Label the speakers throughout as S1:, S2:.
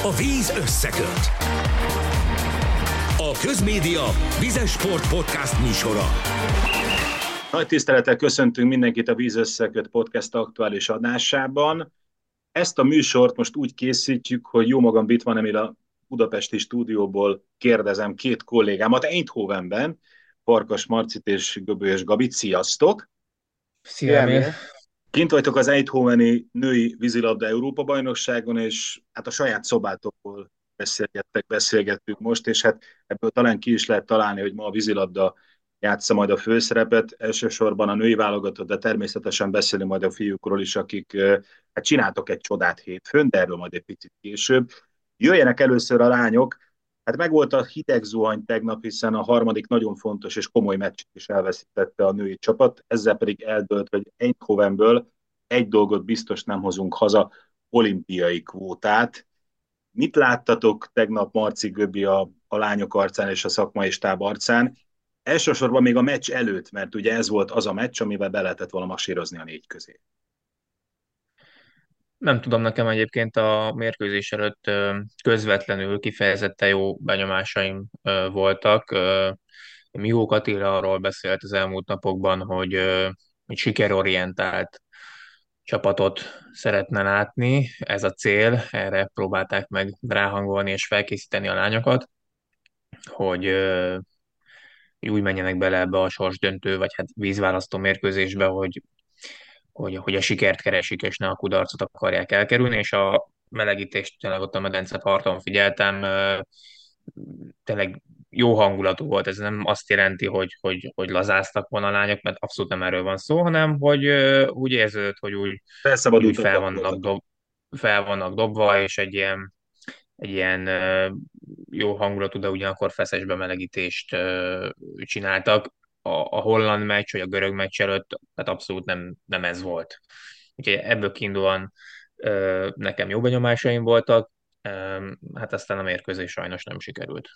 S1: A víz összeköt. A Közmédia Vizes Sport Podcast műsora.
S2: Nagy tisztelettel köszöntünk mindenkit a Víz Összeköt podcast aktuális adásában. Ezt a műsort most úgy készítjük, hogy jó magam itt van, a budapesti stúdióból kérdezem két kollégámat Eindhovenben, Farkas Marcit és Göbölyös Gabit. Sziasztok!
S3: Szia, Emil!
S2: Kint vagytok az Eindhoveni női vízilabda Európa-bajnokságon, és hát a saját szobátokból beszélgettünk most, és hát ebből talán ki is lehet találni, hogy ma a vízilabda játsza majd a főszerepet, elsősorban a női válogatott, de természetesen beszélünk majd a fiúkról is, akik hát csináltok egy csodát hétfőn, de erről majd egy picit később. Jöjjenek először a lányok. Hát megvolt a hideg zuhany tegnap, hiszen a harmadik nagyon fontos és komoly meccset is elveszítette a női csapat, ezzel pedig eldőlt, hogy Eindhovenből egy dolgot biztos nem hozunk haza, olimpiai kvótát. Mit láttatok tegnap Marci Göbi a lányok arcán és a szakmai stáb arcán? Elsősorban még a meccs előtt, mert ugye ez volt az a meccs, amivel be lehetett volna masírozni a négy közé.
S3: Nem tudom, nekem egyébként a mérkőzés előtt közvetlenül kifejezetten jó benyomásaim voltak. Mihók Attila arról beszélt az elmúlt napokban, hogy egy sikerorientált csapatot szeretne látni. Ez a cél, erre próbálták meg ráhangolni és felkészíteni a lányokat, hogy úgy menjenek bele ebbe a sorsdöntő, vagy hát vízválasztó mérkőzésbe, hogy a sikert keresik, és ne a kudarcot akarják elkerülni, és a melegítést tényleg ott a medence parton figyeltem, tényleg jó hangulatú volt, ez nem azt jelenti, hogy lazáztak volna a lányok, mert abszolút nem erről van szó, hanem hogy úgy érződött, hogy úgy
S2: Felszabadultak gyakorlatilag.
S3: fel vannak dobva, és egy ilyen jó hangulatú, de ugyanakkor feszes bemelegítést csináltak. A holland meccs, vagy a görög meccs előtt, hát abszolút nem ez volt. Úgyhogy ebből kiindulóan nekem jó benyomásaim voltak, hát aztán a mérkőzés sajnos nem sikerült.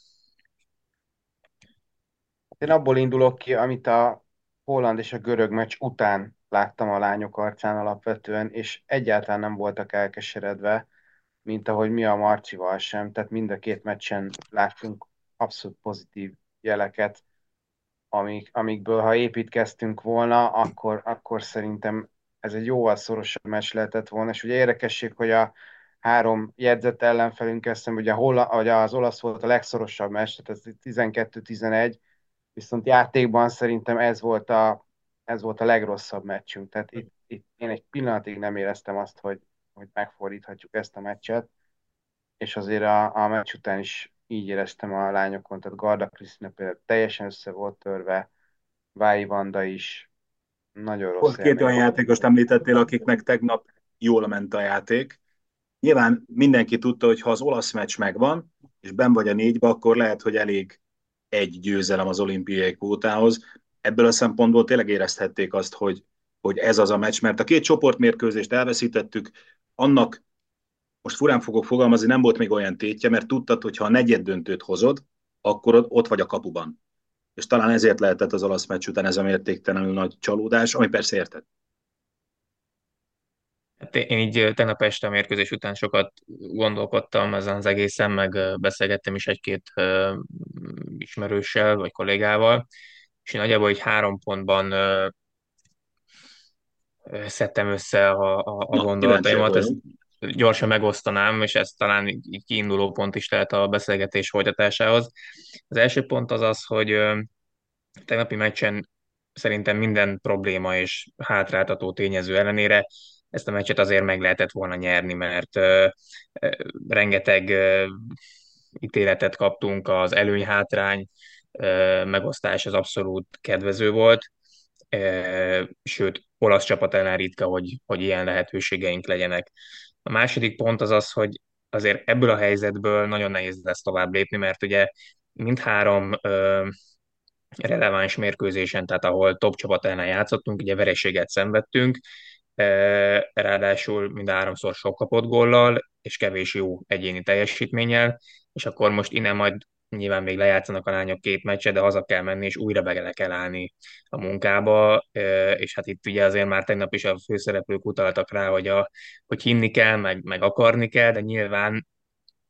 S4: Én abból indulok ki, amit a holland és a görög meccs után láttam a lányok arcán alapvetően, és egyáltalán nem voltak elkeseredve, mint ahogy mi a Marcival sem. Tehát mind a két meccsen láttunk abszolút pozitív jeleket, amikből ha építkeztünk volna, akkor szerintem ez egy jóval szorosabb meccs lehetett volna. És ugye érdekesség, hogy a három jegyzett ellenfelünkkel szemben, ugye az olasz volt a legszorosabb meccs, tehát ez 12-11, viszont játékban szerintem ez volt a legrosszabb meccsünk. Tehát itt én egy pillanatig nem éreztem azt, hogy megfordíthatjuk ezt a meccset, és azért a meccs után is így éreztem a lányokon, tehát Garda Krisztina például teljesen össze volt törve, Vái Vanda is nagyon rossz
S2: Volt két
S4: élmény
S2: olyan
S4: volt.
S2: játékost említettél, akiknek tegnap jól ment a játék. Nyilván mindenki tudta, hogy ha az olasz meccs megvan, és benn vagy a négybe, akkor lehet, hogy elég egy győzelem az olimpiai kvótához. Ebből a szempontból tényleg érezhették azt, hogy ez az a meccs, mert a két csoportmérkőzést elveszítettük, annak most furán fogok fogalmazni, nem volt még olyan tétje, mert tudtad, hogy ha a negyed döntőt hozod, akkor ott vagy a kapuban. És talán ezért lehetett az olasz meccs után ez a mértéktelenül nagy csalódás, ami persze érted.
S3: Hát én így tegnap este a mérkőzés után sokat gondolkodtam ezen az egészen, meg beszélgettem is egy-két ismerőssel vagy kollégával, és én nagyjából egy 3 pontban szedtem össze a
S2: Na, kíváncsiak
S3: gondolataimat, ezt
S2: vagyunk.
S3: gyorsan megosztanám, és ez talán így kiinduló pont is lehet a beszélgetés folytatásához. Az első pont az az, hogy tegnapi meccsen szerintem minden probléma és hátráltató tényező ellenére ezt a meccset azért meg lehetett volna nyerni, mert rengeteg ítéletet kaptunk, az előny-hátrány megosztás az abszolút kedvező volt, sőt, olasz csapat ellen ritka, hogy ilyen lehetőségeink legyenek. A második pont az az, hogy azért ebből a helyzetből nagyon nehéz lesz tovább lépni, mert ugye mindhárom releváns mérkőzésen, tehát ahol top csapat ellen játszottunk, ugye vereséget szenvedtünk, ráadásul mind a háromszor sok kapott góllal, és kevés jó egyéni teljesítménnyel, és akkor most innen majd nyilván még lejátszanak a lányok 2 meccset, de haza kell menni, és újra bele kell állni a munkába, és hát itt ugye azért már tegnap is a főszereplők utaltak rá, hogy hinni kell, meg akarni kell, de nyilván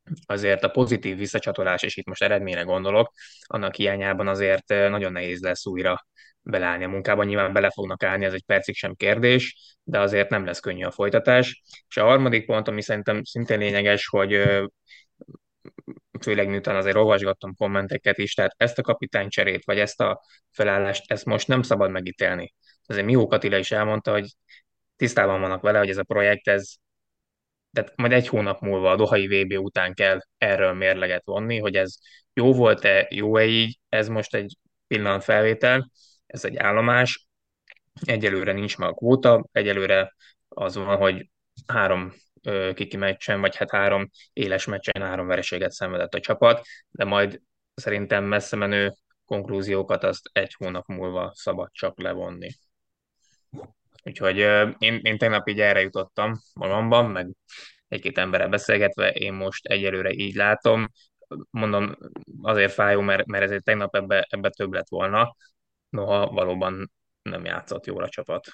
S3: azért a pozitív visszacsatolás, és itt most eredményre gondolok, annak hiányában azért nagyon nehéz lesz újra beleállni a munkában. Nyilván bele fognak állni, ez egy percig sem kérdés, de azért nem lesz könnyű a folytatás. És a harmadik pont, ami szerintem szintén lényeges, hogy főleg miután azért olvasgattam kommenteket is, tehát ezt a kapitánycserét, vagy ezt a felállást, ezt most nem szabad megítélni. Azért Mió Attila is elmondta, hogy tisztában vannak vele, hogy ez a projekt, tehát majd egy hónap múlva a Dohai VB után kell erről mérleget vonni, hogy ez jó volt-e, jó-e így, ez most egy pillanatfelvétel, ez egy állomás, egyelőre nincs meg a kvóta, egyelőre az van, hogy három kiki meccsen, vagy hát három éles meccsen három vereséget szenvedett a csapat, de majd szerintem messze menő konklúziókat azt egy hónap múlva szabad csak levonni. Úgyhogy én tegnap így erre jutottam magamban, meg egy-két emberrel beszélgetve, én most egyelőre így látom. Mondom, azért fájó, mert ezért tegnap ebbe több lett volna, noha valóban nem játszott jól a csapat.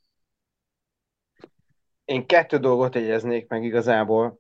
S4: Én kettő dolgot jegyeznék meg igazából,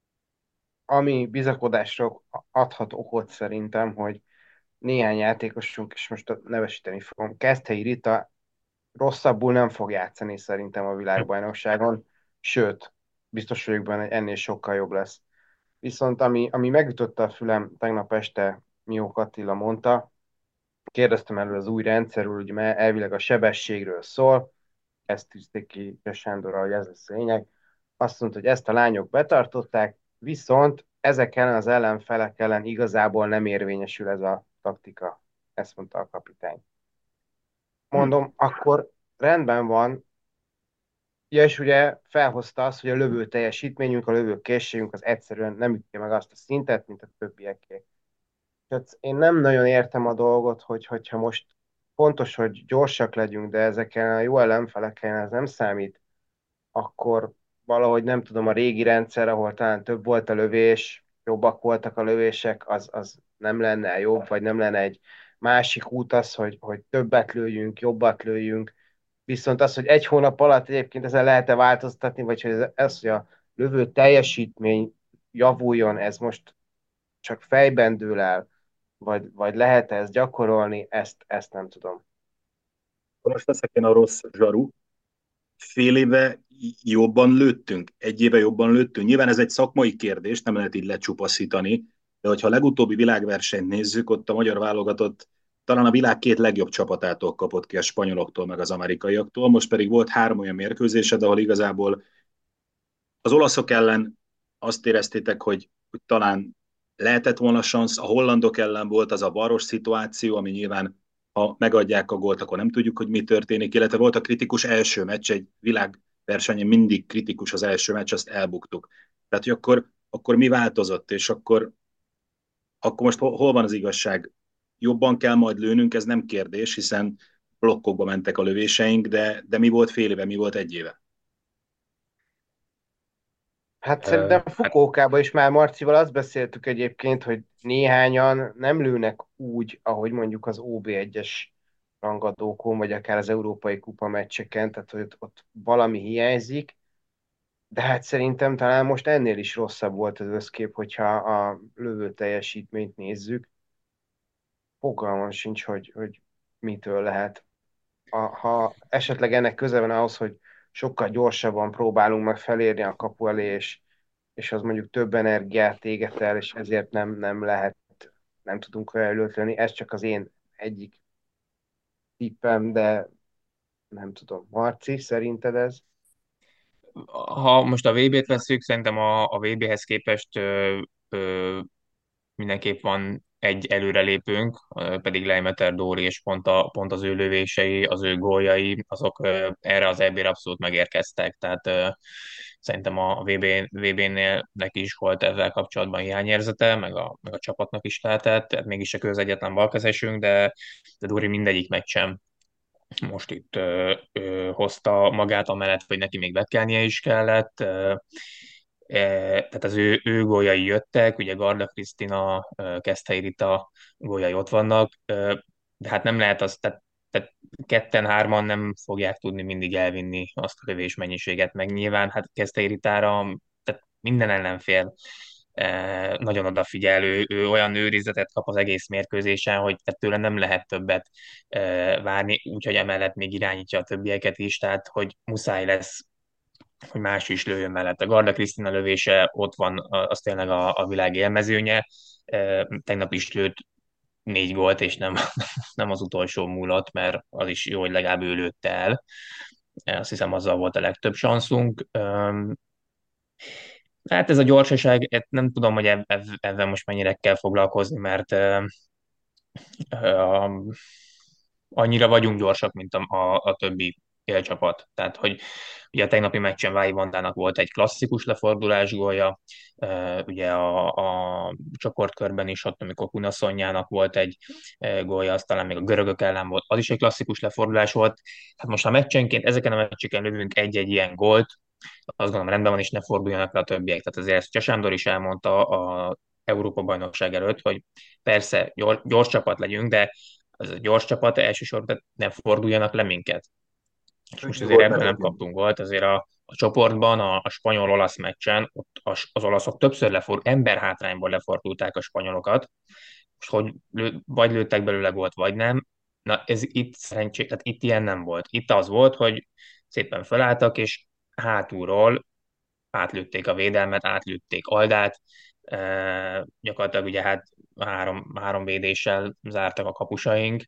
S4: ami bizakodásra adhat okot szerintem, hogy néhány játékosunk, és most nevesíteni fogom, Keszthelyi Rita rosszabbul nem fog játszani szerintem a világbajnokságon, sőt, biztos vagyok benne, hogy ennél sokkal jobb lesz. Viszont ami megütötte a fülem tegnap este, Miók Attila mondta, kérdeztem elő az új rendszerről, ugye, mert elvileg a sebességről szól, ezt tűzték ki Sándorral, hogy ez lesz a lényeg. Azt mondta, hogy ezt a lányok betartották, viszont ezek ellen az ellenfelek ellen igazából nem érvényesül ez a taktika. Ezt mondta a kapitány. Mondom, akkor rendben van. Ja, és ugye felhozta azt, hogy a lövő teljesítményünk, a lövő készségünk az egyszerűen nem ütje meg azt a szintet, mint a többieké. Tehát én nem nagyon értem a dolgot, hogyha most fontos, hogy gyorsak legyünk, de ezeken a jó ellenfeleken ez nem számít, akkor valahogy nem tudom, a régi rendszer, ahol talán több volt a lövés, jobbak voltak a lövések, az nem lenne jobb, vagy nem lenne egy másik út az, hogy többet lőjünk, jobbat lőjünk. Viszont az, hogy egy hónap alatt egyébként ezzel lehet-e változtatni, vagy hogy hogy a lövő teljesítmény javuljon, ez most csak fejben dől el, vagy lehet ezt gyakorolni, ezt nem tudom.
S2: Most leszek én a rossz zsaru. Fél éve jobban lőttünk, egy éve jobban lőttünk. Nyilván ez egy szakmai kérdés, nem lehet így lecsupaszítani, de hogyha a legutóbbi világversenyt nézzük, ott a magyar válogatott talán a világ két legjobb csapatától kapott ki, a spanyoloktól, meg az amerikaiaktól, most pedig volt három olyan mérkőzésed, ahol igazából az olaszok ellen azt éreztétek, hogy talán lehetett volna szansz, a hollandok ellen volt az a baros szituáció, ami nyilván, ha megadják a gólt, akkor nem tudjuk, hogy mi történik, illetve volt a kritikus első meccs, egy világversenyen mindig kritikus az első meccs, azt elbuktuk. Tehát, hogy akkor mi változott, és akkor most hol van az igazság? Jobban kell majd lőnünk, ez nem kérdés, hiszen blokkokba mentek a lövéseink, de mi volt fél éve, mi volt egy éve?
S4: Hát szerintem
S3: Hát
S4: Fukuokában is már Marcival azt beszéltük egyébként, hogy néhányan nem lőnek úgy, ahogy mondjuk az OB1-es rangadókon, vagy akár az Európai Kupa meccseken, tehát hogy ott valami hiányzik, de hát szerintem talán most ennél is rosszabb volt az összkép, hogyha a lövő teljesítményt nézzük. Fogalmam sincs, hogy mitől lehet. Ha esetleg ennek köze van ahhoz, hogy sokkal gyorsabban próbálunk meg felérni a kapu elé, és az mondjuk több energiát éget el, és ezért nem lehet, nem tudunk olyan előtleni. Ez csak az én egyik tippem, de nem tudom. Marci, szerinted ez?
S3: ha most a VB-t veszük, szerintem a VB-hez képest mindenképp van egy előrelépünk, pedig Leimeter Dóri, és pont az ő lövései, az ő góljai, azok erre az EB-re abszolút megérkeztek, tehát szerintem a VB-nél neki is volt ezzel kapcsolatban hiányérzete, meg a csapatnak is lehetett, tehát mégis a közegyetlen balkezesünk, de Dóri mindegyik meccsen most itt hozta magát, amellett, hogy neki még bekelnie is kellett. Tehát az ő góljai jöttek, ugye Garda Krisztina, Keszthely Rita góljai ott vannak, de hát nem lehet azt, tehát ketten-hárman nem fogják tudni mindig elvinni azt a lövés mennyiséget, meg nyilván hát Keszthely Ritára, tehát minden ellenfél nagyon odafigyel, ő olyan őrizetet kap az egész mérkőzésen, hogy tőle nem lehet többet várni, úgyhogy emellett még irányítja a többieket is, tehát hogy muszáj lesz, hogy más is lőjön mellett. A Garda Krisztina lövése ott van, az tényleg a világ élmezőnye. Tegnap is lőtt 4 gólt, és nem, nem az utolsó múlott, mert az is jó, hogy legalább ő lőtte el. Azt hiszem, azzal volt a legtöbb szanszunk. Hát ez a gyorsaság, nem tudom, hogy ebben most mennyire kell foglalkozni, mert annyira vagyunk gyorsak, mint a többi élcsapat. Tehát, hogy ugye a tegnapi meccsen Váji Vandának volt egy klasszikus lefordulás gólja, ugye a csoportkörben is ott, amikor Kunaszonyának volt egy gólja, az talán még a görögök ellen volt, az is egy klasszikus lefordulás volt. Hát most a meccsenként ezeken a meccseken lövünk egy-egy ilyen gólt, azt gondolom rendben van, és ne forduljanak le a többiek. Tehát azért ezt Csesándor is elmondta a Európa-bajnokság előtt, hogy persze gyors csapat legyünk, de az a gyors csapat elsősorban ne forduljanak le minket. És most azért
S2: Volt
S3: ebből nem
S2: belőlünk.
S3: kaptunk gólt, azért a csoportban, a spanyol-olasz meccsen, ott az olaszok többször emberhátrányból lefordulták a spanyolokat, most hogy vagy lőttek belőle gólt, vagy nem. Na ez itt szerencsé, tehát itt ilyen nem volt. Itt az volt, hogy szépen felálltak, és hátulról átlőtték a védelmet, átlőtték Aldát, gyakorlatilag ugye hát három védéssel zártak a kapusaink,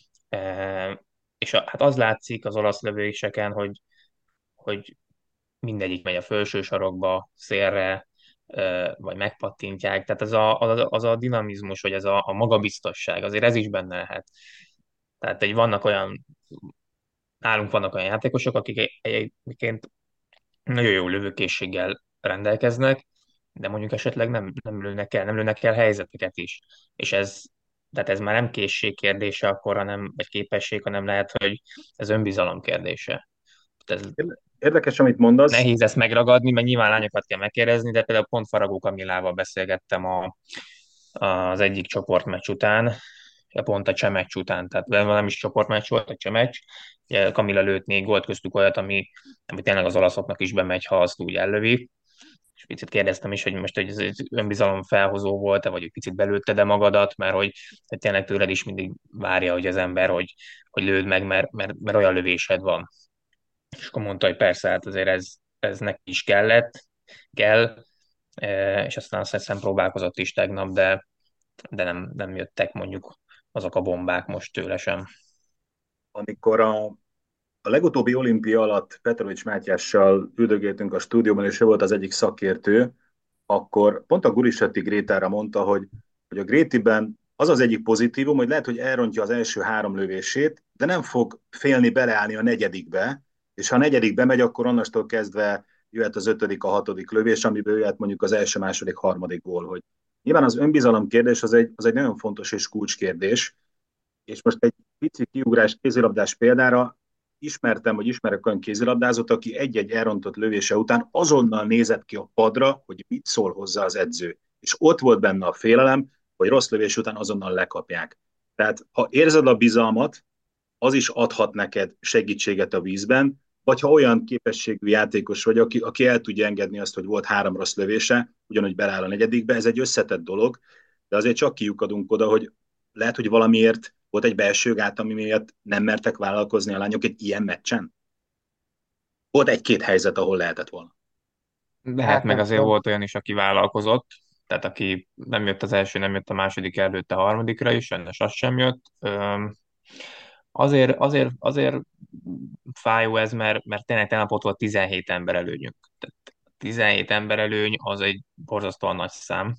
S3: és hát az látszik az olasz lövéseken, hogy mindegyik megy a felső sarokba, szélre, vagy megpattintják, tehát az a dinamizmus, vagy ez a magabiztosság, azért ez is benne lehet. Tehát vannak olyan, nálunk vannak olyan játékosok, akik egyébként nagyon jó lövőkészséggel rendelkeznek, de mondjuk esetleg nem lőnek el helyzeteket is. És tehát ez már nem készség kérdése akkor, vagy képesség, hanem lehet, hogy ez önbizalom kérdése. Tehát ez
S2: Érdekes, amit mondasz.
S3: nehéz ezt megragadni, mert nyilván lányokat kell megkérdezni, de például pont Faragó Kamilával beszélgettem az egyik csoportmeccs után, pont a cseh meccs után, tehát nem is csoportmeccs volt, a cseh meccs. Ugye Kamila lőtt 4 gólt, köztük olyat, ami tényleg az olaszoknak is bemegy, ha azt úgy ellövi. És picit kérdeztem is, hogy most hogy ez önbizalom felhozó volt-e, vagy egy picit belőtted-e magadat, mert hogy tényleg tőled is mindig várja, hogy az ember, hogy lőd meg, mert olyan lövésed van. És akkor mondta, hogy persze, hát azért ez neki is kell, és aztán azt hiszem próbálkozott is tegnap, de nem jöttek mondjuk azok a bombák most tőle sem.
S2: Amikor a legutóbbi olimpia alatt Petrovics Mátyással üldögéltünk a stúdióban, és ő volt az egyik szakértő, akkor pont a Gurisatti Grétára mondta, hogy a Grétiben az az egyik pozitívum, hogy lehet, hogy elrontja az első 3 lövését, de nem fog félni beleállni a negyedikbe, és ha a negyedikbe megy, akkor onnastól kezdve jöhet az 5., a 6. lövés, amiből jöhet mondjuk az első, második, harmadik gól. Hogy nyilván az önbizalom kérdés az egy nagyon fontos és kulcskérdés, és most egy pici kiugrás kézilabdás példára ismertem, vagy ismerek olyan kézilabdázót, aki egy-egy elrontott lövése után azonnal nézett ki a padra, hogy mit szól hozzá az edző. És ott volt benne a félelem, hogy rossz lövés után azonnal lekapják. Tehát ha érzed a bizalmat, az is adhat neked segítséget a vízben, vagy ha olyan képességű játékos vagy, aki el tudja engedni azt, hogy volt 3 rossz lövése, ugyanúgy beláll a negyedikbe, ez egy összetett dolog, de azért csak kiukadunk oda, hogy lehet, hogy valamiért volt egy belső gát, ami miatt nem mertek vállalkozni a lányok egy ilyen meccsen. Volt egy-két helyzet, ahol lehetett volna.
S3: De hát
S4: Hát
S3: meg
S4: nem
S3: azért
S4: tudom.
S3: volt olyan is, aki vállalkozott, tehát aki nem jött az első, nem jött a második, előtte a harmadikra is, sajnos az sem jött. Azért fájó ez, mert tényleg tegnap ott volt 17 ember előnyünk. Tehát 17 ember előny az egy borzasztóan nagy szám.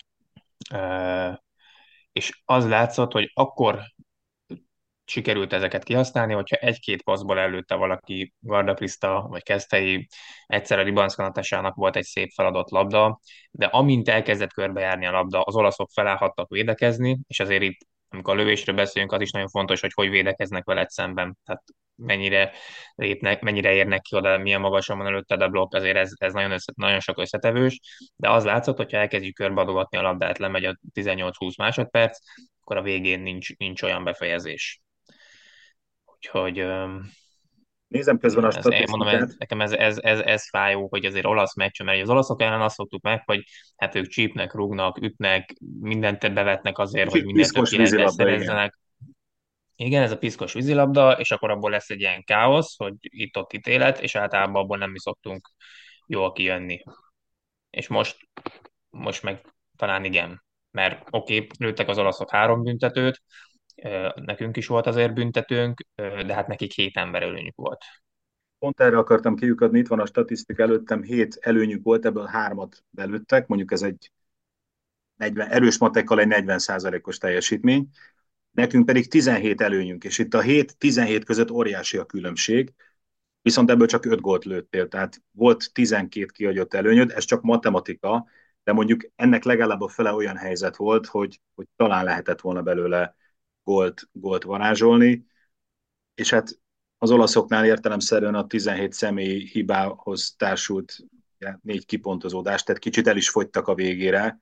S3: És az látszott, hogy akkor sikerült ezeket kihasználni, hogyha egy-két passzból előtte valaki, Garda Krista vagy Keszthelyi, egyszer a ribanszkanatásának volt egy szép feladott labda, de amint elkezdett körbejárni a labda, az olaszok felállhattak védekezni, és azért itt, amikor a lövésről beszélünk, az is nagyon fontos, hogy védekeznek veled szemben. Tehát mennyire lépnek, mennyire érnek ki oda, milyen magasan van előtted a blokk, azért ez nagyon sok összetevős, de az látszott, hogyha elkezdjük körbeadogatni a labdát, lemegy a 18-20 másodperc, akkor a végén nincs olyan befejezés. Úgyhogy
S2: Nézem közben a
S3: Igen, én mondom,
S2: statisztikát.
S3: nekem ez fájó, hogy azért olasz meccs, mert az olaszok ellen azt szoktuk meg, hogy hát ők csípnek, rúgnak, ütnek, mindent bevetnek azért, hogy
S2: Kicsit
S3: minél több
S2: piszkos
S3: királykást
S2: vízilabda, igen.
S3: szerezzenek. Igen, ez a piszkos vízilabda, és akkor abból lesz egy ilyen káosz, hogy itt-ott ítélet, és általában abból nem mi szoktunk jól kijönni. És most meg talán igen. Mert oké, lőttek az olaszok 3 büntetőt, nekünk is volt azért büntetőnk, de hát nekik 7 ember előnyük volt.
S2: Pont erre akartam kiukadni, itt van a statisztika előttem, 7 előnyük volt, ebből 3-at belőttek, mondjuk ez egy 40, erős matekkal egy 40%-os teljesítmény, nekünk pedig 17 előnyünk, és itt a 7-17 között óriási a különbség, viszont ebből csak 5 gólt lőttél, tehát volt 12 kiadott előnyöd, ez csak matematika, de mondjuk ennek legalább a fele olyan helyzet volt, hogy talán lehetett volna belőle gólt varázsolni, és hát az olaszoknál értelemszerűen a 17 személyi hibához társult 4 kipontozódás, tehát kicsit el is fogytak a végére,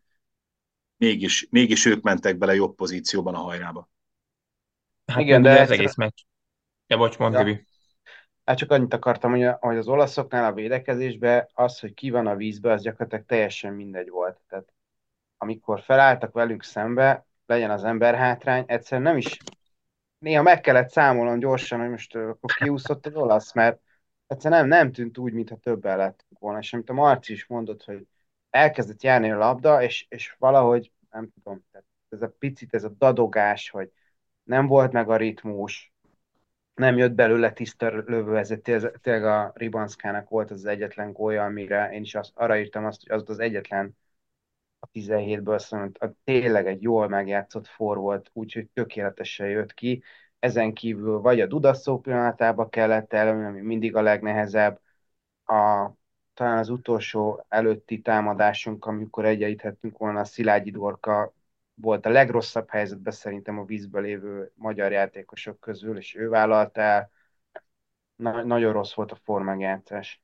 S2: mégis ők mentek bele jobb pozícióban a hajrába.
S3: Hát
S4: Igen,
S3: meg
S4: de
S3: ugye az
S4: egyszer,
S3: egész meccs. Ja, bocs, mondd,
S4: ja,
S3: Gabi.
S4: hát csak annyit akartam, hogy az olaszoknál a védekezésben az, hogy ki van a vízbe, az gyakorlatilag teljesen mindegy volt. Tehát amikor felálltak velünk szembe, legyen az ember hátrány, egyszerűen nem is, néha meg kellett számolnom gyorsan, hogy most akkor kiúszott az olasz, mert egyszerűen nem tűnt úgy, mintha többen lettünk volna. És amit a Marci is mondott, hogy elkezdett járni a labda, és valahogy, nem tudom, tehát ez a picit, ez a dadogás, hogy nem volt meg a ritmus, nem jött belőle tiszta lövővezet, tényleg a Ribanszkának volt az egyetlen gólja, amire én is arra írtam azt, hogy az az egyetlen a 17-ből, szóval tényleg egy jól megjátszott for volt, úgyhogy tökéletesen jött ki. Ezen kívül vagy a Dudaszó pillanatába kellett előni, ami mindig a legnehezebb, talán az utolsó előtti támadásunk, amikor egyenlíthettünk volna, a Szilágyi Dorka volt a legrosszabb helyzetben szerintem a vízből lévő magyar játékosok közül, és ő vállalt el. Nagyon rossz volt a formájátszás.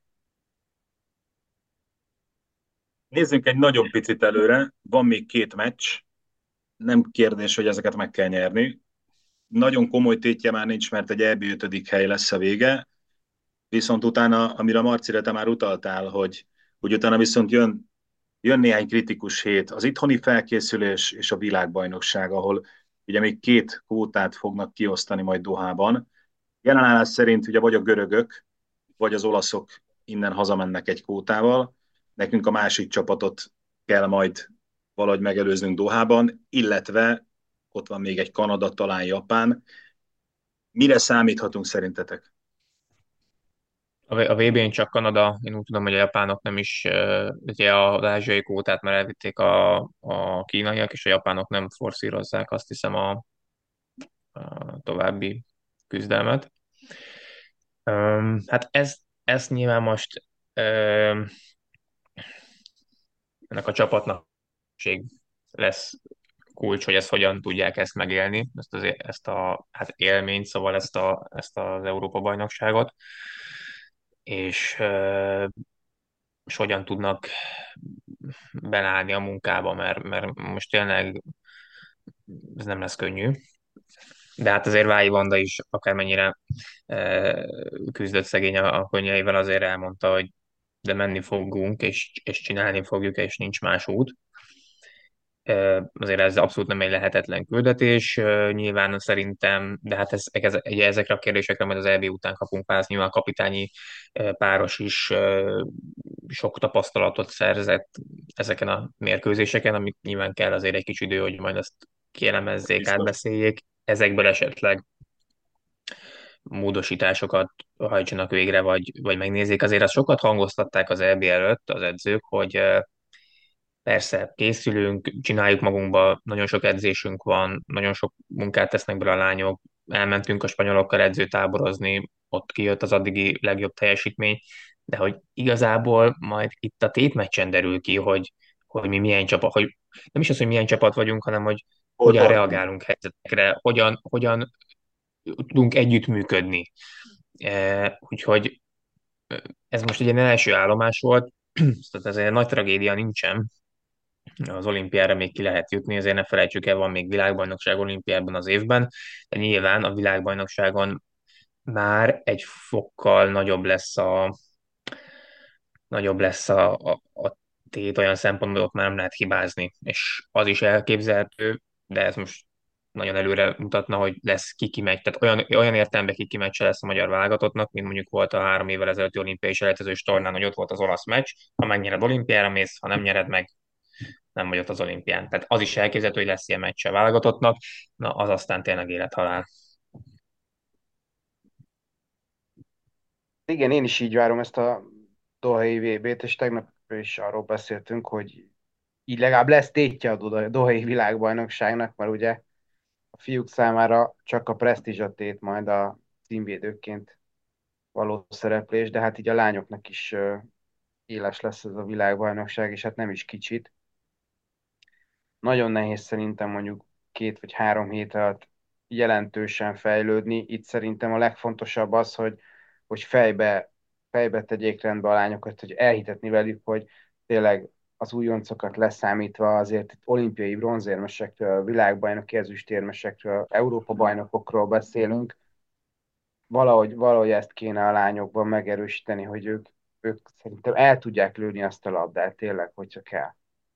S2: Nézzünk egy nagyon picit előre, van még 2 meccs, nem kérdés, hogy ezeket meg kell nyerni. Nagyon komoly tétje már nincs, mert egy EB 5. hely lesz a vége, viszont utána, amire Marcire te már utaltál, hogy utána viszont jön néhány kritikus hét, az itthoni felkészülés és a világbajnokság, ahol ugye még 2 kvótát fognak kiosztani majd Dohában. Jelenállás szerint ugye vagy a görögök, vagy az olaszok innen hazamennek egy kvótával, nekünk a másik csapatot kell majd valahogy megelőznünk Dohában, illetve ott van még egy Kanada, talán Japán. Mire számíthatunk szerintetek?
S3: A VB-n csak Kanada, én úgy tudom, hogy a japánok nem is, ugye az ázsiai kvótát már elvitték a kínaiak, és a japánok nem forszírozzák, azt hiszem, a további küzdelmet. Hát ez nyilván most ennek a csapatnak lesz kulcs, hogy ezt hogyan tudják ezt megélni, ezt a hát élményt, szóval ezt az Európa-bajnokságot, és hogyan tudnak belállni a munkába, mert most tényleg ez nem lesz könnyű. De hát azért Vályi Vanda is akármennyire küzdött szegény a könnyeivel, azért elmondta, hogy de menni fogunk, és csinálni fogjuk, és nincs más út. Azért ez abszolút nem egy lehetetlen küldetés, nyilván szerintem, de hát ugye ezekre a kérdésekre majd az EB után kapunk választ, nyilván a kapitányi páros is sok tapasztalatot szerzett ezeken a mérkőzéseken, amit nyilván kell azért egy kis idő, hogy majd ezt kielemezzék,
S2: Biztos.
S3: átbeszéljék. Ezekből esetleg módosításokat hajtsanak végre, vagy megnézzék. Azért azt sokat hangoztatták az EB előtt az edzők, hogy persze, készülünk, csináljuk magunkba, nagyon sok edzésünk van, nagyon sok munkát tesznek bele a lányok, elmentünk a spanyolokkal edzőtáborozni, ott kijött az addigi legjobb teljesítmény, de hogy igazából majd itt a tétmeccsen derül ki, hogy mi milyen csapat, hogy nem is az, hogy milyen csapat vagyunk, hanem hogy
S2: Hol
S3: hogyan
S2: tartunk?
S3: reagálunk helyzetekre, hogyan tudunk együttműködni. Úgyhogy ez most ugye egy első állomás volt, tehát ezért nagy tragédia nincsen, az olimpiára még ki lehet jutni, azért ne felejtsük el, van még világbajnokság olimpiában az évben, de nyilván a világbajnokságon már egy fokkal nagyobb lesz a tét olyan szempontból, ott már nem lehet hibázni, és az is elképzelhető, de ez most nagyon előre mutatna, hogy lesz kiki megy. Tehát olyan értelemben kiki meccse lesz a magyar válogatottnak, mint mondjuk volt a 3 évvel ezelőtti olimpiai selejtezős tornán, hogy ott volt az olasz meccs, ha megnyered olimpiára mész, ha nem nyered meg, nem vagy ott az olimpián. Tehát az is elképzelhető, hogy lesz ilyen meccse a válogatottnak, na az aztán tényleg élethalál.
S4: Igen, én is így várom ezt a Dohai VB-t, és tegnap is arról beszéltünk, hogy így legalább lesz tétje a Dohai világbajnokságnak, mert ugye a fiúk számára csak a presztízs a tét majd a címvédőként való szereplés, de hát így a lányoknak is éles lesz ez a világbajnokság, és hát nem is kicsit. Nagyon nehéz szerintem mondjuk 2 vagy 3 hét alatt jelentősen fejlődni. Itt szerintem a legfontosabb az, hogy fejbe tegyék rendbe a lányokat, hogy elhitetni velük, hogy tényleg az újoncokat leszámítva azért itt olimpiai bronzérmesekről, világbajnoki ezüstérmesekről, Európa bajnokokról beszélünk. Valahogy ezt kéne a lányokban megerősíteni, hogy ők szerintem el tudják lőni azt a labdát tényleg, hogyha kell.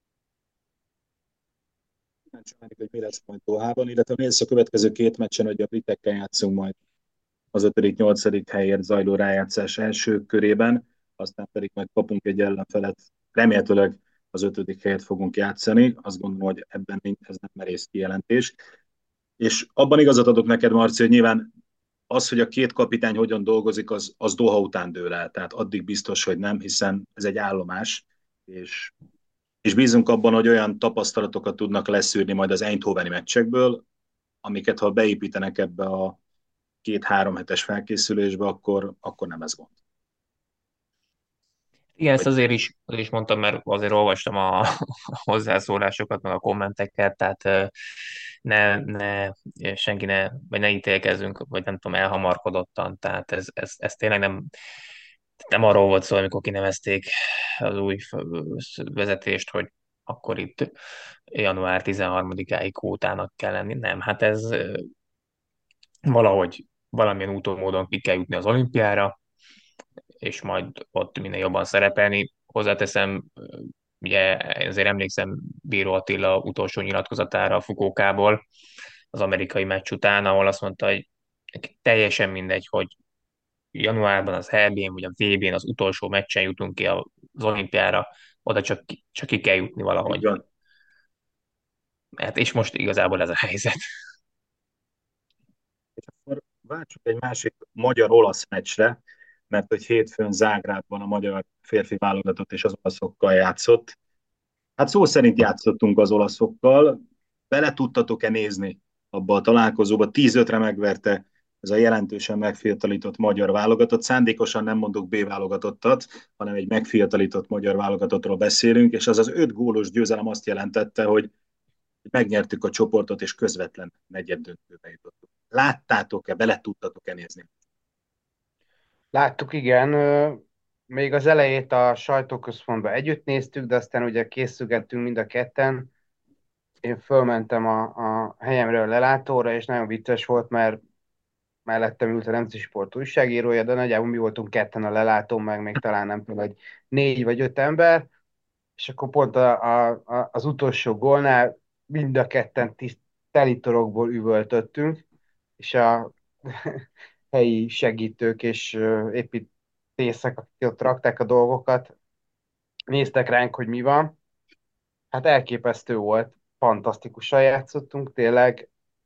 S2: Kíváncsi vagyok, hogy mi lesz majd Dohában, illetve nézd a következő két meccsen, hogy a britekkel játszunk majd az 5.-8. helyért zajló rájátszás első körében, aztán pedig majd kapunk egy ellenfelet, remélhetőleg az 5. helyet fogunk játszani, azt gondolom, hogy ebben ez nem merész kijelentés. És abban igazat adok neked, Marci, hogy nyilván az, hogy a két kapitány hogyan dolgozik, az Doha után dől el, tehát addig biztos, hogy nem, hiszen ez egy állomás, és, és bízunk abban, hogy olyan tapasztalatokat tudnak leszűrni majd az Eindhoveni meccsekből, amiket ha beépítenek ebbe a 2-3 hetes felkészülésbe, akkor nem ez gond.
S3: Igen, ezt
S2: Vagy
S3: azért is mondtam, mert azért olvastam a hozzászólásokat, meg a kommenteket, tehát senki ne, vagy ne ítélkezzünk, vagy nem tudom, elhamarkodottan, tehát ez tényleg nem arról volt szó, amikor kinevezték az új vezetést, hogy akkor itt január 13-áig kvótának kell lenni. Nem, hát ez valahogy valamilyen úton, módon ki kell jutni az olimpiára, és majd ott minél jobban szerepelni. Hozzáteszem, ugye azért emlékszem Bíró Attila utolsó nyilatkozatára a Fukókából az amerikai meccs után, ahol azt mondta, hogy teljesen mindegy, hogy januárban az EB-n vagy a VB-n az utolsó meccsen jutunk ki az olimpiára, oda csak ki kell jutni
S2: így
S3: valahogy.
S2: van.
S3: Hát, és most igazából ez a helyzet.
S2: És akkor váltsuk egy másik magyar-olasz meccsre, mert hogy hétfőn Zágrábban a magyar férfi válogatott és az olaszokkal játszott. Hát szó szerint játszottunk az olaszokkal. Bele tudtatok-e nézni abba a találkozóba? 10-5-re megverte ez a jelentősen megfiatalított magyar válogatott. Szándékosan nem mondok B válogatottat, hanem egy megfiatalított magyar válogatottról beszélünk, és az az 5 gólos győzelem azt jelentette, hogy megnyertük a csoportot, és közvetlen negyeddöntőbe jutottunk. Láttátok-e, bele tudtatok-e nézni?
S4: Láttuk, igen. Még az elejét a sajtóközpontban együtt néztük, de aztán ugye készülgettünk mind a ketten. Én fölmentem a helyemre a lelátóra, és nagyon vicces volt, mert mellettem ült a Nemzeti Sport újságírója, de nagyjából mi voltunk ketten a lelátón, meg még talán nem tudom, hogy 4 vagy 5 ember, és akkor pont az utolsó gólnál mind a ketten telitorokból üvöltöttünk, és a helyi segítők és építészek, akik ott rakták a dolgokat, néztek ránk, hogy mi van. Hát elképesztő volt, fantasztikusan játszottunk, tényleg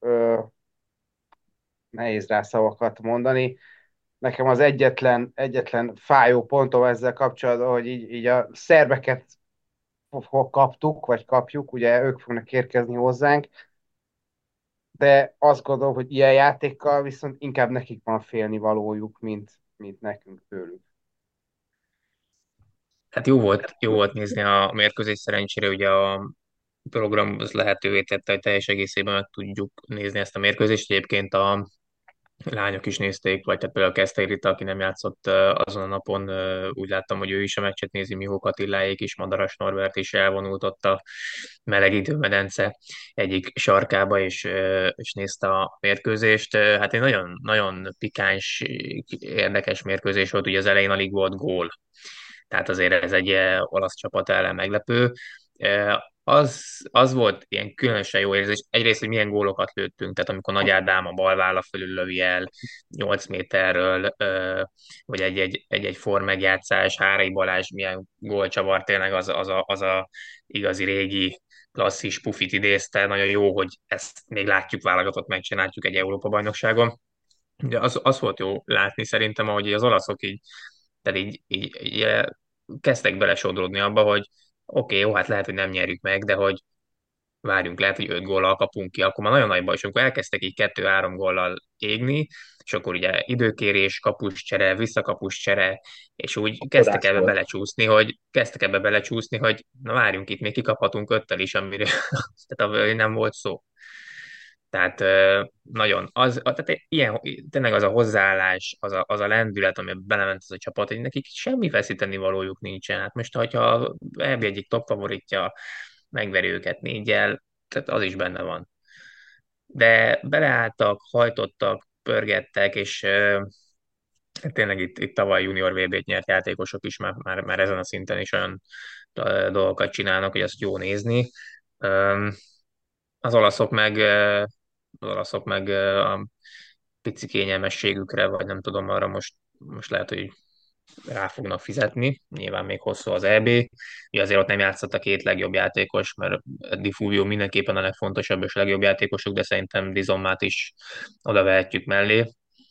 S4: nehéz rá szavakat mondani. Nekem az egyetlen fájó pontom ezzel kapcsolatban, hogy így a szerbeket kaptuk, vagy kapjuk, ugye ők fognak érkezni hozzánk, de azt gondolom, hogy ilyen játékkal viszont inkább nekik van félni valójuk, mint nekünk tőlük.
S3: Hát jó volt nézni a mérkőzés, szerencsére ugye a program az lehetővé tette, hogy teljes egészében meg tudjuk nézni ezt a mérkőzést. Egyébként lányok is nézték, vagy tehát például Keszthely Rita, aki nem játszott azon a napon, úgy láttam, hogy ő is a meccset nézi, Mihó Attiláék is, Madaras Norbert is elvonult ott a melegítő medence egyik sarkába, és nézte a mérkőzést. Hát egy nagyon, nagyon pikáns, érdekes mérkőzés volt, ugye az elején alig volt gól, tehát azért ez egy olasz csapat ellen meglepő. Az volt ilyen különösen jó érzés. Egyrészt, hogy milyen gólokat lőttünk, tehát amikor Nagy Ádám a bal válla fölül lövi el 8 méterről, vagy egy for megjátszás, Hárai Balázs milyen gólcsavar, tényleg az a igazi régi klasszis pufit idézte. Nagyon jó, hogy ezt még látjuk válogatott, megcsináljuk egy Európa-bajnokságon. Ugye az volt jó látni szerintem, ahogy az olaszok így, tehát így kezdtek belesodródni abba, hogy oké, jó, hát lehet, hogy nem nyerjük meg, de hogy várjunk, lehet, hogy 5 góllal kapunk ki, akkor már nagyon nagy baj, és amikor elkezdtek így 2-3 góllal égni, és akkor ugye időkérés, kapuscsere, visszakapuscsere, és úgy
S2: Kodás volt.
S3: kezdtek ebbe belecsúszni, hogy na várjunk itt, még kikaphatunk 5-tel is, amire tehát nem volt szó. Tehát nagyon, tehát ilyen, tényleg az a hozzáállás, az a lendület, ami belement az a csapat, hogy nekik semmi veszíteni valójuk nincsen. Hát most, hogyha EB egyik top favoritja megveri őket 4-jel, tehát az is benne van. De beleálltak, hajtottak, pörgettek, és tényleg itt tavaly junior VB-t nyert játékosok is már ezen a szinten is olyan dolgokat csinálnak, hogy azt jó nézni. Az olaszok meg, az olaszok meg a pici kényelmességükre, vagy nem tudom, arra most lehet, hogy rá fognak fizetni. Nyilván még hosszú az EB. Ugye azért ott nem játszott a két legjobb játékos, mert Di Fulvio mindenképpen a legfontosabb és legjobb játékosuk, de szerintem Dizommát is oda vehetjük mellé.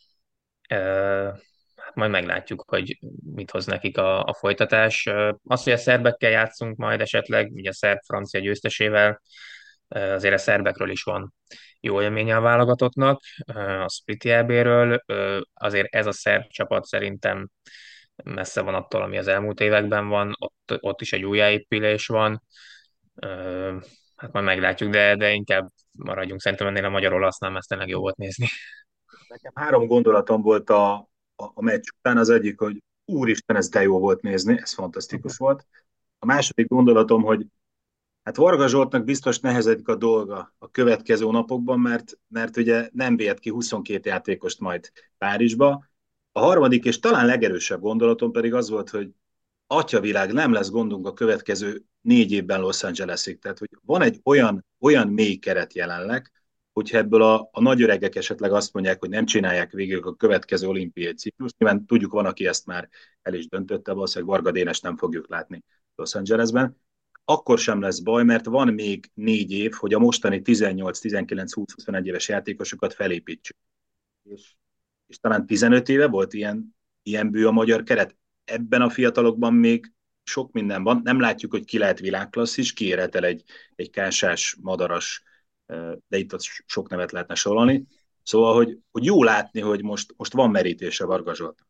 S3: Hát majd meglátjuk, hogy mit hoz nekik a folytatás. Az, hogy a szerbekkel játszunk majd esetleg, ugye a szerb-francia győztesével, azért a szerbekről is van jó élménye a válogatottnak, a Split EB-ről. Azért ez a szerb csapat szerintem messze van attól, ami az elmúlt években van, ott is egy újjáépülés van. Hát majd meglátjuk, de inkább maradjunk szerintem ennél a magyar-olasznál, mert tényleg jó volt nézni.
S2: Nekem három gondolatom volt a meccs után. Az egyik, hogy úristen, ez de jó volt nézni, ez fantasztikus volt. A második gondolatom, hogy hát Varga Zsoltnak biztos nehezedik a dolga a következő napokban, mert ugye nem vihet ki 22 játékost majd Párizsba. A harmadik és talán legerősebb gondolatom pedig az volt, hogy atyavilág, nem lesz gondunk a következő 4 évben Los Angelesig. Tehát, hogy van egy olyan mély keret jelenleg, hogyha ebből a nagy öregek esetleg azt mondják, hogy nem csinálják végig a következő olimpiai ciklus, nyilván tudjuk, van, aki ezt már el is döntötte, valószínűleg Varga Dénes nem fogjuk látni Los Angelesben, akkor sem lesz baj, mert van még 4 év, hogy a mostani 18, 19, 20, 21 éves játékosokat felépítsük. És, és talán 15 éve volt ilyen bő a magyar keret. Ebben a fiatalokban még sok minden van. Nem látjuk, hogy ki lehet világklasszis, ki érhet el egy Kásás, Madaras, de itt sok nevet lehetne sorolni. Szóval, hogy jó látni, hogy most van merítése Varga Zsolt.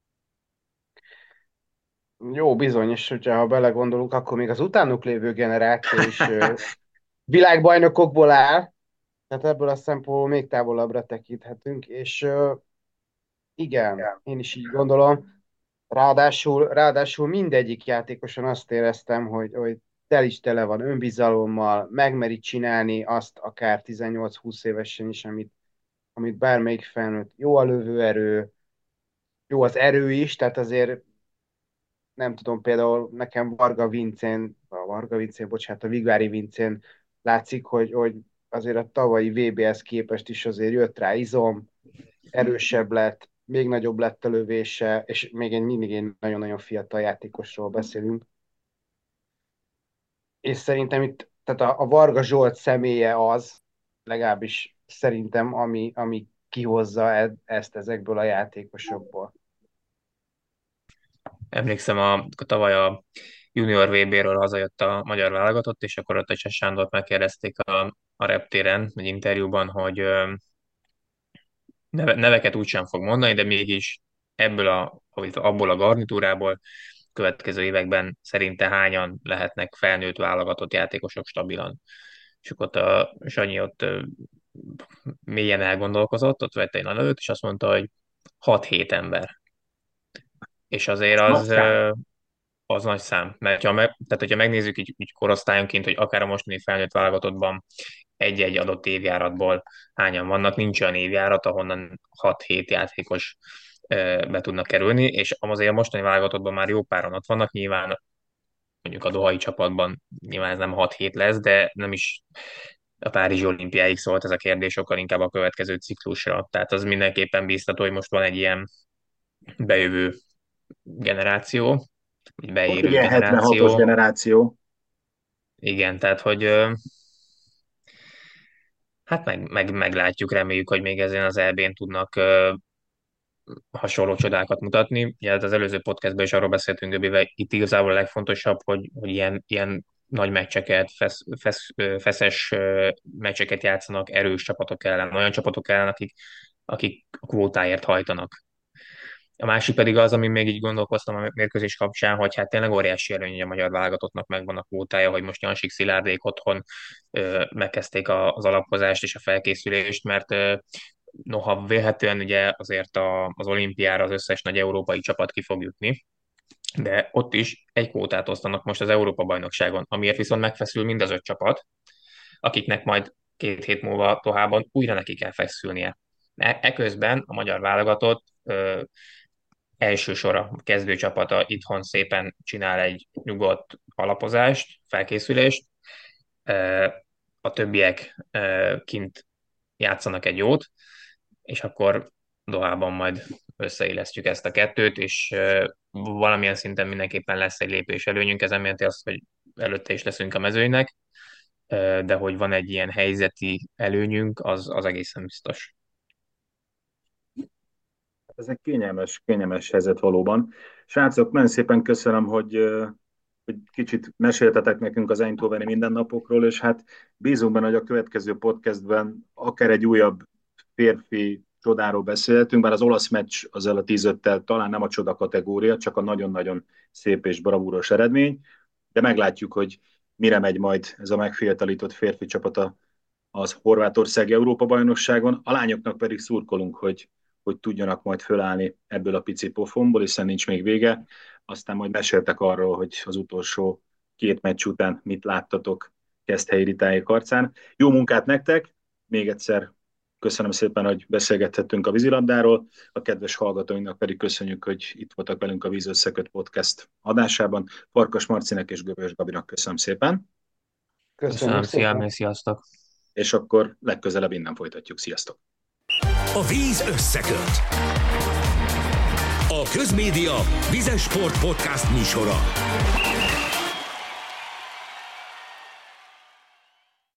S4: Jó, bizony, és hogyha ha belegondolunk, akkor még az utánuk lévő generáció is világbajnokokból áll, tehát ebből a szempontból még távolabbra tekinthetünk, és igen, én is így gondolom. Ráadásul mindegyik játékosan azt éreztem, hogy tel is tele van önbizalommal, megmeri csinálni azt akár 18-20 évesen is, amit bármelyik felnőtt. Jó a lövőerő, jó az erő is, tehát azért nem tudom, például nekem a Vigvári Vincén látszik, hogy azért a tavalyi VB-hez képest is azért jött rá izom, erősebb lett, még nagyobb lett a lövése, és mindig egy nagyon-nagyon fiatal játékosról beszélünk. És szerintem itt, tehát a Varga Zsolt személye az, legalábbis szerintem, ami kihozza ezt ezekből a játékosokból.
S3: Emlékszem, tavaly a junior VB-ről hazajött a magyar válogatott, és akkor ott a Cseh Sándort megkérdezték a reptéren, egy interjúban, hogy neveket úgysem fog mondani, de mégis abból a garnitúrából következő években szerinte hányan lehetnek felnőtt válogatott játékosok stabilan. És akkor ott a Sanyi ott mélyen elgondolkozott, ott vette egy nagy előtt, és azt mondta, hogy 6-7 ember. És azért
S2: Nagy szám.
S3: az nagy szám. Mert tehát, hogyha megnézzük így korosztályonként, hogy akár a mostani felnőtt válogatottban egy-egy adott évjáratból hányan vannak, nincs olyan évjárat, ahonnan 6-7 játékos be tudnak kerülni, és azért a mostani válogatottban már jó páran ott vannak, nyilván mondjuk a dohai csapatban nyilván ez nem 6-7 lesz, de nem is a Párizsi olimpiáig szólt ez a kérdés, sokkal inkább a következő ciklusra. Tehát az mindenképpen bíztató, hogy most van egy ilyen bejövő generáció, egy
S2: Volt egy
S3: beérő
S2: ilyen 76-os
S3: generáció.
S2: generáció.
S3: Igen, tehát hogy hát meglátjuk, reméljük, hogy még ezen az EB-n tudnak hasonló csodákat mutatni. Ugye hát az előző podcastban is arról beszéltünk, Göbivel, itt igazából a legfontosabb, hogy ilyen nagy meccseket, feszes meccseket játszanak erős csapatok ellen, olyan csapatok ellen, akik a kvótáért hajtanak. A másik pedig az, ami még így gondolkoztam a mérkőzés kapcsán, hogy hát tényleg óriási előny, hogy a magyar válogatottnak megvan a kvótája, hogy most Jansik Szilárdék otthon megkezdték az alapozást és a felkészülést, mert noha vélhetően ugye azért az olimpiára az összes nagy európai csapat ki fog jutni, de ott is egy kvótát osztanak most az Európa-bajnokságon, amiért viszont megfeszül mind az 5 csapat, akiknek majd 2 hét múlva Dohában újra neki kell feszülnie. Eközben a magyar válogatott első sora kezdőcsapata itthon szépen csinál egy nyugodt alapozást, felkészülést, a többiek kint játszanak egy jót, és akkor Dohában majd összeillesztjük ezt a kettőt, és valamilyen szinten mindenképpen lesz egy lépés előnyünk, ez nem jelenti azt, hogy előtte is leszünk a mezőnynek, de hogy van egy ilyen helyzeti előnyünk, az egészen biztos.
S2: Ez egy kényelmes helyzet valóban. Srácok, nagyon szépen köszönöm, hogy kicsit meséltetek nekünk az eindhoveni mindennapokról, és hát bízunk benne, hogy a következő podcastben akár egy újabb férfi csodáról beszélhetünk, bár az olasz meccs azzal a 10-5-tel talán nem a csoda kategória, csak a nagyon-nagyon szép és bravúros eredmény, de meglátjuk, hogy mire megy majd ez a megfiatalított férfi csapata az Horvátország Európa-bajnokságon. A lányoknak pedig szurkolunk, hogy tudjanak majd fölállni ebből a pici pofonból, hiszen nincs még vége. Aztán majd meséltek arról, hogy az utolsó 2 meccs után mit láttatok Keszthelyi Ritáék arcán. Jó munkát nektek! Még egyszer köszönöm szépen, hogy beszélgethettünk a vízilabdáról. A kedves hallgatóinknak pedig köszönjük, hogy itt voltak velünk a Víz Összeköt podcast adásában. Farkas Marcinek és Göbös Gabinak köszönöm szépen.
S3: Köszönöm,
S4: szépen.
S3: sziasztok!
S2: És akkor legközelebb innen folytatjuk. Sziasztok!
S1: A víz összeköt. A Közmédia Vizes Sport Podcast műsora.